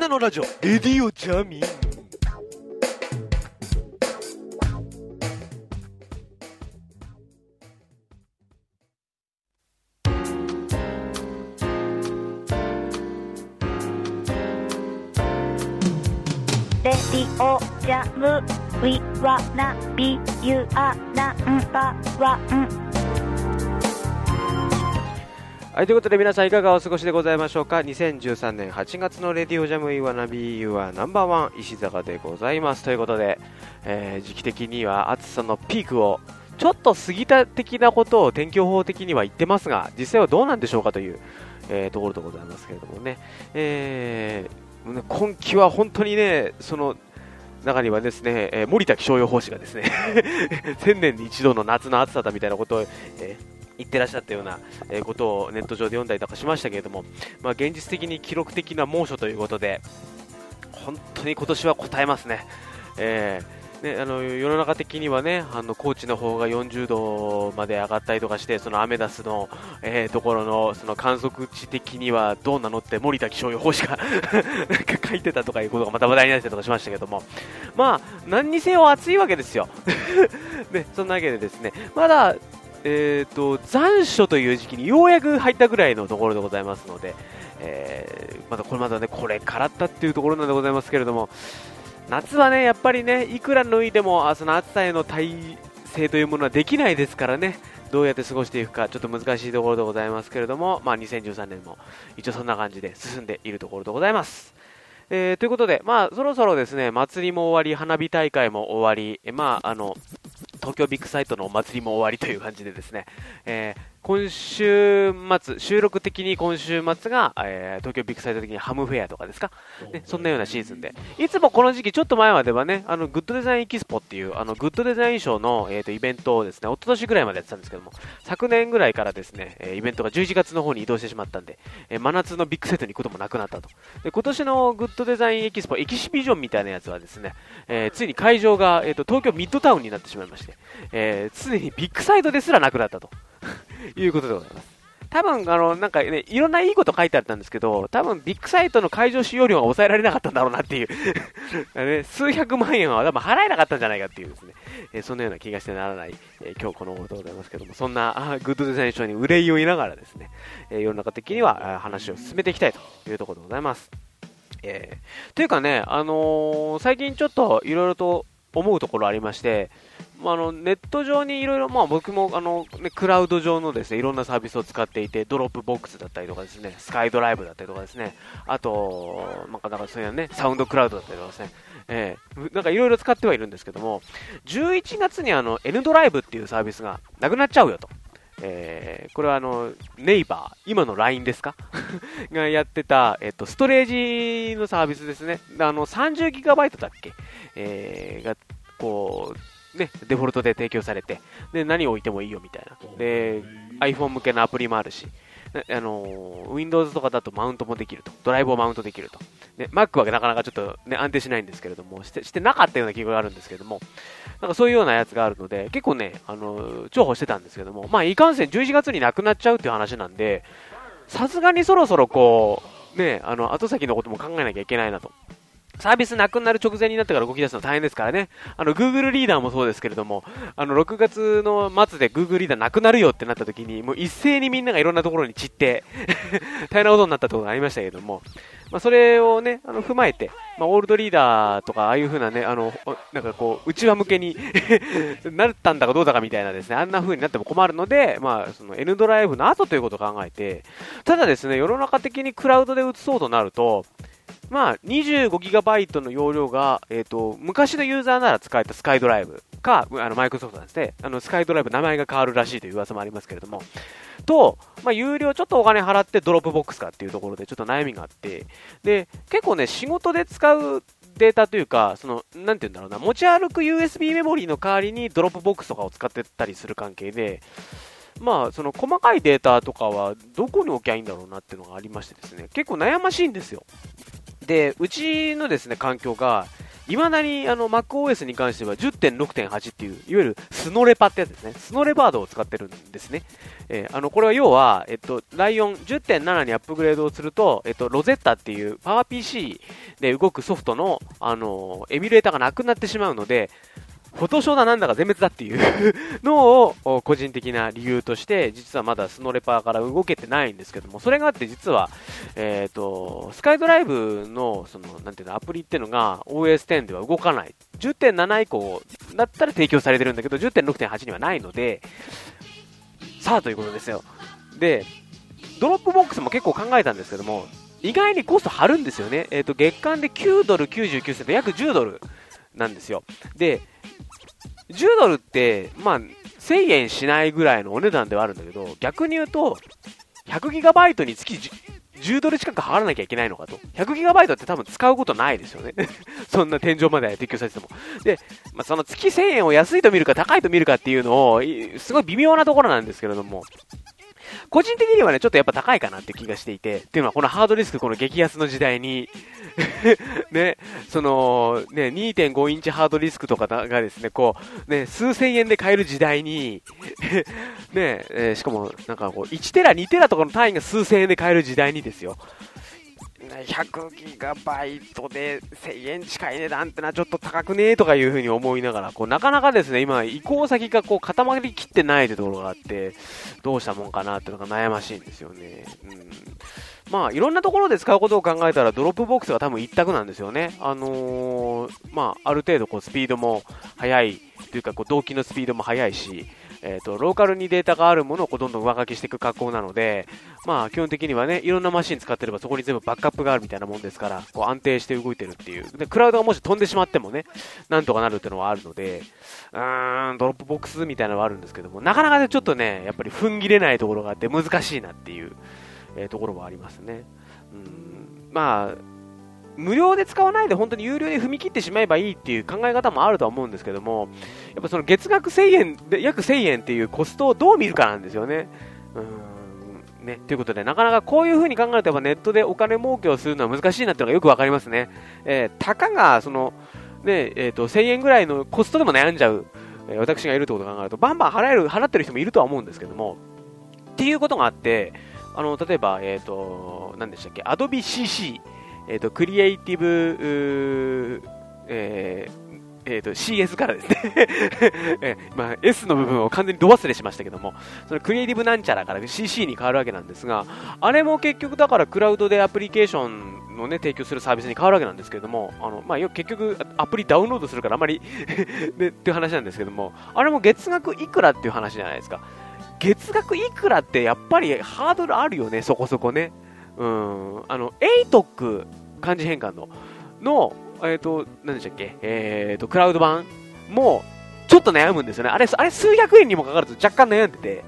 田のラジオレディオジャミン。 レディオジャム We wanna be you are No.1。 はい、ということで皆さんいかがお過ごしでございましょうか。2013年8月のレディオジャム We wanna be you are No.1 石坂でございます。ということで、時期的には暑さのピークをちょっと過ぎた的なことを天気予報的には言ってますが、実際はどうなんでしょうかという、ところでございますけれどもね、今季は本当にね、その中にはですね、森田気象予報士がですね1000年に一度の夏の暑さだみたいなことを、言ってらっしゃったような、ことをネット上で読んだりとかしましたけれども、まあ、現実的に記録的な猛暑ということで本当に今年は応えますね。世の中的にはね、高知の方が40度まで上がったりとかして、そのアメダスの、ところのその観測値的にはどうなのって森田気象予報士がなんか書いてたとかいうことがまた話題になったりとかしましたけども、まあ何にせよ暑いわけですよでそんなわけでですね、まだ残暑という時期にようやく入ったぐらいのところでございますので、まだねこれからだっていうところなんでございますけれども、夏はねやっぱりねいくら脱いでもその暑さへの耐性というものはできないですからね、どうやって過ごしていくかちょっと難しいところでございますけれども、まあ、2013年も一応そんな感じで進んでいるところでございます。ということで、まあ、そろそろですね祭りも終わり、花火大会も終わり、東京ビッグサイトのお祭りも終わりという感じでですね、今週末、収録的に今週末が、東京ビッグサイト的にハムフェアとかですか、ね、そんなようなシーズンで、いつもこの時期ちょっと前まではね、グッドデザインエキスポっていうグッドデザイン賞の、イベントをですね、一昨年ぐらいまでやってたんですけども、昨年ぐらいからですね、イベントが11月の方に移動してしまったんで、真夏のビッグサイトに行くこともなくなったと。で、今年のグッドデザインエキスポエキシビジョンみたいなやつはですね、ついに会場が、東京ミッドタウンになってしまいまして、常にビッグサイトですらなくなったということでございます。多分なんかね、いろんないいこと書いてあったんですけど、多分ビッグサイトの会場使用料が抑えられなかったんだろうなっていうね、数百万円は多分払えなかったんじゃないかっていうですね、そんなような気がしてならない、今日この頃でございますけども、そんなグッドデザイン賞に憂いを言いながらですね、世の中的には話を進めていきたいというところでございます。というかね、最近ちょっといろいろと思うところありまして、ネット上にいろいろ、僕もクラウド上のですね、いろんなサービスを使っていて、ドロップボックスだったりとかですね、スカイドライブだったりとかですね、あと、なんかそういうね、サウンドクラウドだったりとかですね、なんかいろいろ使ってはいるんですけども、11月にN ドライブっていうサービスがなくなっちゃうよと。これはネイバー、今の LINE ですかがやってた、ストレージのサービスですね。30GB だっけ、が、こう、ね、デフォルトで提供されて、で、何を置いてもいいよみたいな。で、iPhone 向けのアプリもあるし、Windows とかだとマウントもできると。ドライブをマウントできると。ね、Mac はなかなかちょっとね、安定しないんですけれども、してなかったような記憶があるんですけれども、なんかそういうようなやつがあるので、結構ね、重宝してたんですけども、いかんせん11月になくなっちゃうっていう話なんで、さすがにそろそろこう、ね、後先のことも考えなきゃいけないなと。サービスなくなる直前になってから動き出すのは大変ですからね。Google リーダーもそうですけれども、6月の末で Google リーダーなくなるよってなった時に、もう一斉にみんながいろんなところに散って、大変なことになったところがありましたけれども、それをね、踏まえて、オールドリーダーとか、ああいう風なね、なんかこう、内輪向けになったんだかどうだかみたいなですね、あんな風になっても困るので、その N ドライブの後ということを考えて、ただですね、世の中的にクラウドで移そうとなると、25GB の容量が、昔のユーザーなら使えたスカイドライブか、マイクロソフトなんですね。スカイドライブ名前が変わるらしいという噂もありますけれども、と、有料ちょっとお金払ってドロップボックスかっていうところでちょっと悩みがあって、で、結構ね、仕事で使うデータというか、なんて言うんだろうな、持ち歩く USB メモリーの代わりにドロップボックスとかを使ってたりする関係で、その細かいデータとかはどこに置きゃいいんだろうなっていうのがありましてですね、結構悩ましいんですよ。で、うちのですね、環境が、 未だにMacOS に関しては 10.6.8 っていう、いわゆるスノレパってやつですね。スノレバードを使ってるんですね。これは要は、ライオン 10.7 にアップグレードをすると、ロゼッタっていう PowerPC で動くソフトの、エミュレーターがなくなってしまうので、フォトショーだなんだか全滅だっていうのを個人的な理由として、実はまだスノレパーから動けてないんですけども、それがあって実は、スカイドライブの、なんていうの、アプリっていうのが OS10 では動かない。10.7 以降だったら提供されてるんだけど、10.6.8 にはないので、さあということですよ。で、ドロップボックスも結構考えたんですけども、意外にコスト張るんですよね。月間で9ドル99セント、約10ドルなんですよ。で、10ドルって、1000円しないぐらいのお値段ではあるんだけど、逆に言うと、100GB につき10ドル近く払わなきゃいけないのかと。100GB って多分使うことないですよね。そんな天井まで提供されてても。で、その月1000円を安いと見るか高いと見るかっていうのを、すごい微妙なところなんですけれども、個人的にはね、ちょっとやっぱ高いかなって気がしていて、っていうのはこのハードディスク、この激安の時代にね、2.5 インチハードディスクとかがですね、数千円で買える時代にしかも、1テラ、2テラとかの単位が数千円で買える時代にですよ。100ギガバイトで1000円近い値段ってのはちょっと高くねーとかいう風に思いながら、なかなかですね、今、移行先が固まりきってないところがあって、どうしたもんかなっていうのが悩ましいんですよね。いろんなところで使うことを考えたら、ドロップボックスが多分一択なんですよね。ある程度スピードも速いというか、同期のスピードも速いし、ローカルにデータがあるものをどんどん上書きしていく格好なので、基本的にはね、いろんなマシン使ってればそこに全部バックアップがあるみたいなもんですから、安定して動いてるっていう。で、クラウドがもし飛んでしまってもね、なんとかなるっていうのはあるので、ドロップボックスみたいなのはあるんですけども、なかなかね、ちょっとね、やっぱり踏ん切れないところがあって難しいなっていう、ところはありますね。無料で使わないで本当に有料で踏み切ってしまえばいいっていう考え方もあるとは思うんですけども、やっぱその月額1000円で約1000円っていうコストをどう見るかなんですよね。ということで、なかなかこういう風に考えるとやっぱネットでお金儲けをするのは難しいなっていうのがよくわかりますね。たかが1000円ぐらいのコストでも悩んじゃう、私がいるってことを考えるとバンバン払ってる人もいるとは思うんですけども、っていうことがあって、例えば何でしたっけ、Adobe CC、クリエイティブ、CS からですねS の部分を完全にど忘れしましたけども、そのクリエイティブなんちゃらから CC に変わるわけなんですが、あれも結局だからクラウドでアプリケーションのね、提供するサービスに変わるわけなんですけども、結局アプリダウンロードするからあまりっていう話なんですけども、あれも月額いくらっていう話じゃないですか。月額いくらってやっぱりハードルあるよね、そこそこね。ATOC 漢字変換の、何でしたっけ、クラウド版も、ちょっと悩むんですよね。あれ数百円にもかかると若干悩んでて、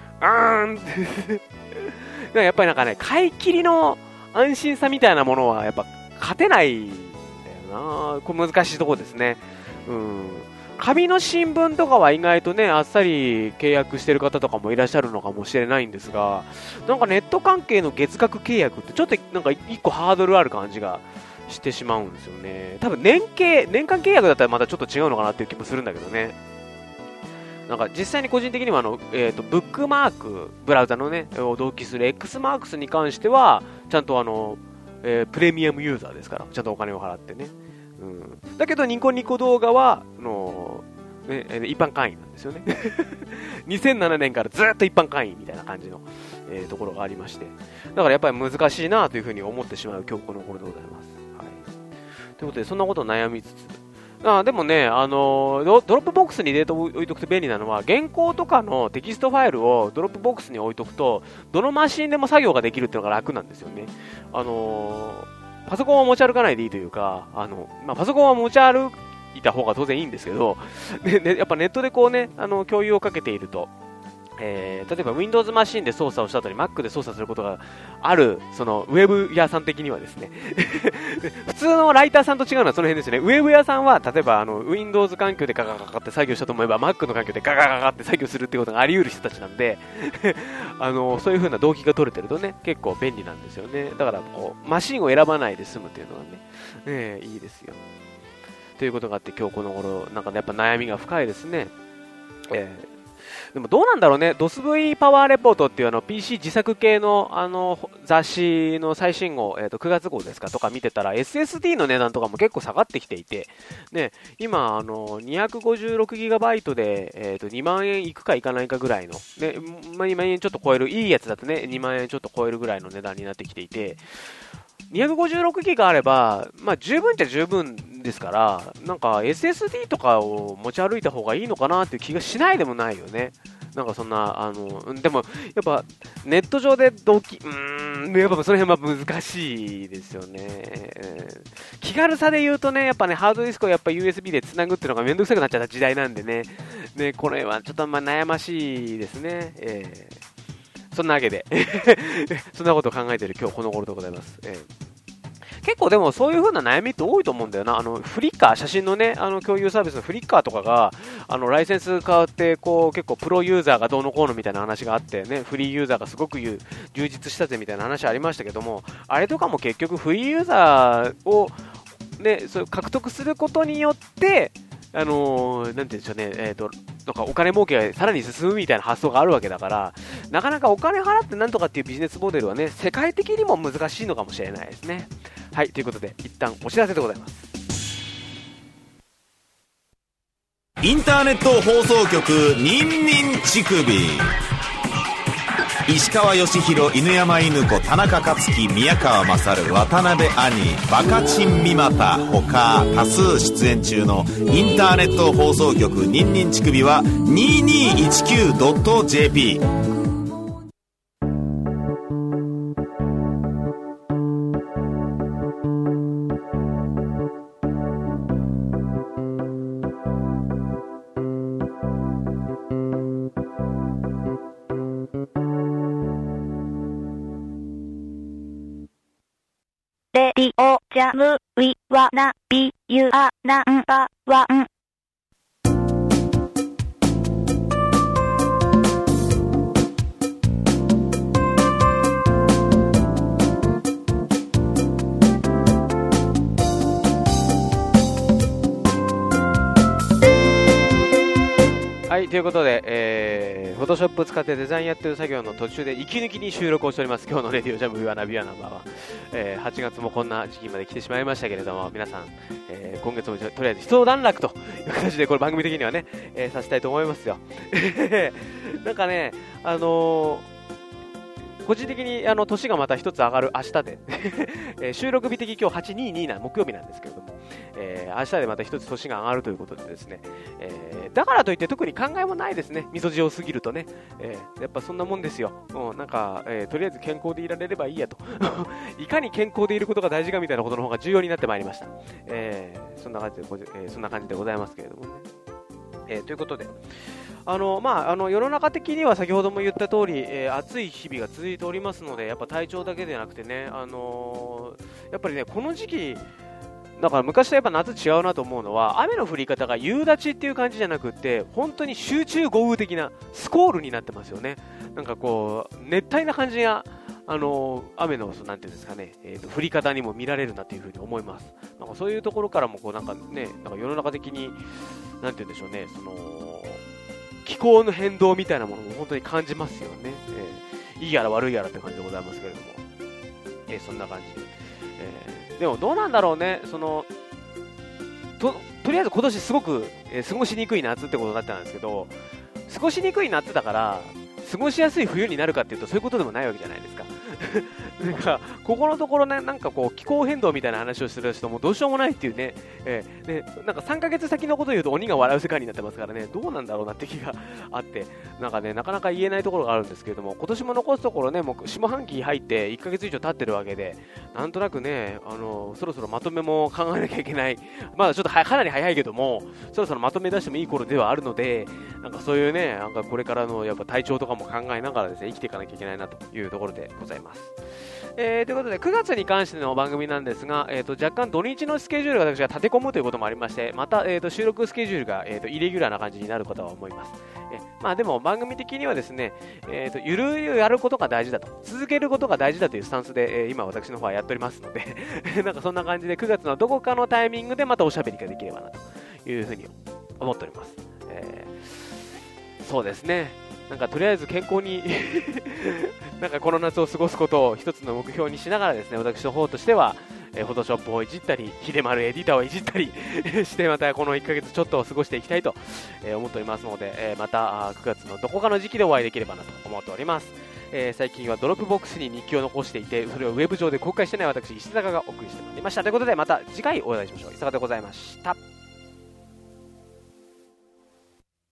やっぱり買い切りの安心さみたいなものは、やっぱ勝てないんだよな。これ難しいところですね。紙の新聞とかは意外とね、あっさり契約してる方とかもいらっしゃるのかもしれないんですが、ネット関係の月額契約ってちょっと一個ハードルある感じがしてしまうんですよね。多分年間契約だったらまたちょっと違うのかなっていう気もするんだけどね。実際に個人的にはブックマーク、ブラウザのね、を同期する X マークスに関しては、ちゃんとプレミアムユーザーですから、ちゃんとお金を払ってね。だけどニコニコ動画は一般会員なんですよね2007年からずっと一般会員みたいな感じの、ところがありまして、だからやっぱり難しいなというふうに思ってしまう今日この頃でございます。ということで、そんなことを悩みつつ、でもね、ドロップボックスにデータを置いとくと便利なのは、原稿とかのテキストファイルをドロップボックスに置いとくと、どのマシンでも作業ができるっていうのが楽なんですよね。パソコンは持ち歩かないでいいというか、パソコンは持ち歩いた方が当然いいんですけど、やっぱネットで共有をかけていると、例えば Windows マシンで操作をした後に Mac で操作することがある、そのウェブ屋さん的にはですね普通のライターさんと違うのはその辺ですよね。ウェブ屋さんは例えばWindows 環境でガガガガって作業したと思えば Mac の環境でガガガガって作業するってことがあり得る人たちなんでそういう風な動機が取れてるとね、結構便利なんですよね。だからマシンを選ばないで済むっていうのはね、いいですよ。 ということがあって、今日この頃なんかね、やっぱ悩みが深いですね。でもどうなんだろうね、DOSV パワーレポートっていうPC 自作系の雑誌の最新号、9月号ですかとか見てたら SSD の値段とかも結構下がってきていて、ね、今256GB で、2万円いくかいかないかぐらいの、ね、2万円ちょっと超える、いいやつだとね2万円ちょっと超えるぐらいの値段になってきていて、256ギガあれば、まあ、十分っちゃ十分ですから、なんか SSD とかを持ち歩いた方がいいのかなっていう気がしないでもないよね。なんかそんな、でも、やっぱ、ネット上でやっぱその辺は難しいですよね。気軽さで言うとね、やっぱね、ハードディスクをやっぱ USB で繋ぐっていうのがめんどくさくなっちゃった時代なんでね、これはちょっとまあ悩ましいですね。そんなわけでそんなことを考えている今日この頃でございます。結構でもそういう風な悩みって多いと思うんだよな。フリッカー、写真のね、共有サービスのフリッカーとかが、ライセンス変わって、こう、結構プロユーザーがどうのこうのみたいな話があってね、フリーユーザーがすごく充実したぜみたいな話ありましたけども、あれとかも結局フリーユーザーを、ね、そう獲得することによって、なんて言うんでしょうね、なんかお金儲けがさらに進むみたいな発想があるわけだから、なかなかお金払ってなんとかっていうビジネスモデルはね、世界的にも難しいのかもしれないですね。はい、ということで、一旦お知らせでございます。 インターネット放送局ニンニン乳首、石川義弘、犬山犬子、田中克樹、宮川勝、渡辺兄、バカチン三股他多数出演中のインターネット放送局ニンニン乳首は 2219.jp。 レディオジャムウィワナビユアナンバーワン。 はい、ということで、フォトショップ使ってデザインやってる作業の途中で息抜きに収録をしております。今日のレディオジャムウィワナビュアナンバーは、8月もこんな時期まで来てしまいましたけれども、皆さん、今月もとりあえず一段落という形でこれ番組的にはね、させたいと思いますよ。なんかね、個人的に年がまた一つ上がる明日で収録日的今日822な木曜日なんですけれども、明日でまた一つ年が上がるということでですね、だからといって特に考えもないですね。みそじを過ぎるとね、やっぱそんなもんですよ。なんか、とりあえず健康でいられればいいやといかに健康でいることが大事かみたいなことの方が重要になってまいりました。そんな感じでございますけれどもね。ということで世の中的には先ほども言った通り、暑い日々が続いておりますので、やっぱ体調だけでなくてね、やっぱりね、この時期、だから昔とやっぱ夏違うなと思うのは、雨の降り方が夕立っていう感じじゃなくって、本当に集中豪雨的なスコールになってますよね。なんかこう、熱帯な感じが、雨の、なんていうんですかね、降り方にも見られるなというふうに思います。なんかそういうところからも、こうなんかね、なんか世の中的に、なんていうんでしょうね、気候の変動みたいなものも本当に感じますよね。いいやら悪いやらって感じでございますけれども、そんな感じで、でもどうなんだろうね、とりあえず今年すごく、過ごしにくい夏ってことになってたんですけど、過ごしにくい夏だから過ごしやすい冬になるかっていうとそういうことでもないわけじゃないですか。なんかここのところね、なんかこう気候変動みたいな話をする人もどうしようもないっていうね、なんか3ヶ月先のことを言うと鬼が笑う世界になってますからね、どうなんだろうなって気があって、なんかね、なかなか言えないところがあるんですけれども、今年も残すところね、もう下半期入って1ヶ月以上経ってるわけで、なんとなくね、そろそろまとめも考えなきゃいけない、まだちょっとかなり早いけども、そろそろまとめ出してもいい頃ではあるので、なんかそういうね、なんかこれからのやっぱ体調とかも考えながらですね、生きていかなきゃいけないなというところでございます。ということで9月に関しての番組なんですが、若干土日のスケジュールが私が立て込むということもありまして、また、収録スケジュールが、イレギュラーな感じになることは思います。 まあでも番組的にはですね、ゆるゆるやることが大事だと、続けることが大事だというスタンスで、今私の方はやっておりますのでなんかそんな感じで9月のどこかのタイミングでまたおしゃべりができればなというふうに思っております。そうですね、なんかとりあえず健康になんかこの夏を過ごすことを一つの目標にしながらですね、私の方としてはフォトショップをいじったり、秀丸エディターをいじったりしてまたこの1ヶ月ちょっとを過ごしていきたいと思っておりますので、また9月のどこかの時期でお会いできればなと思っております。最近はドロップボックスに日記を残していて、それをウェブ上で公開してない私石坂がお送りしてまいりました。ということでまた次回お会いしましょう。石坂でございました。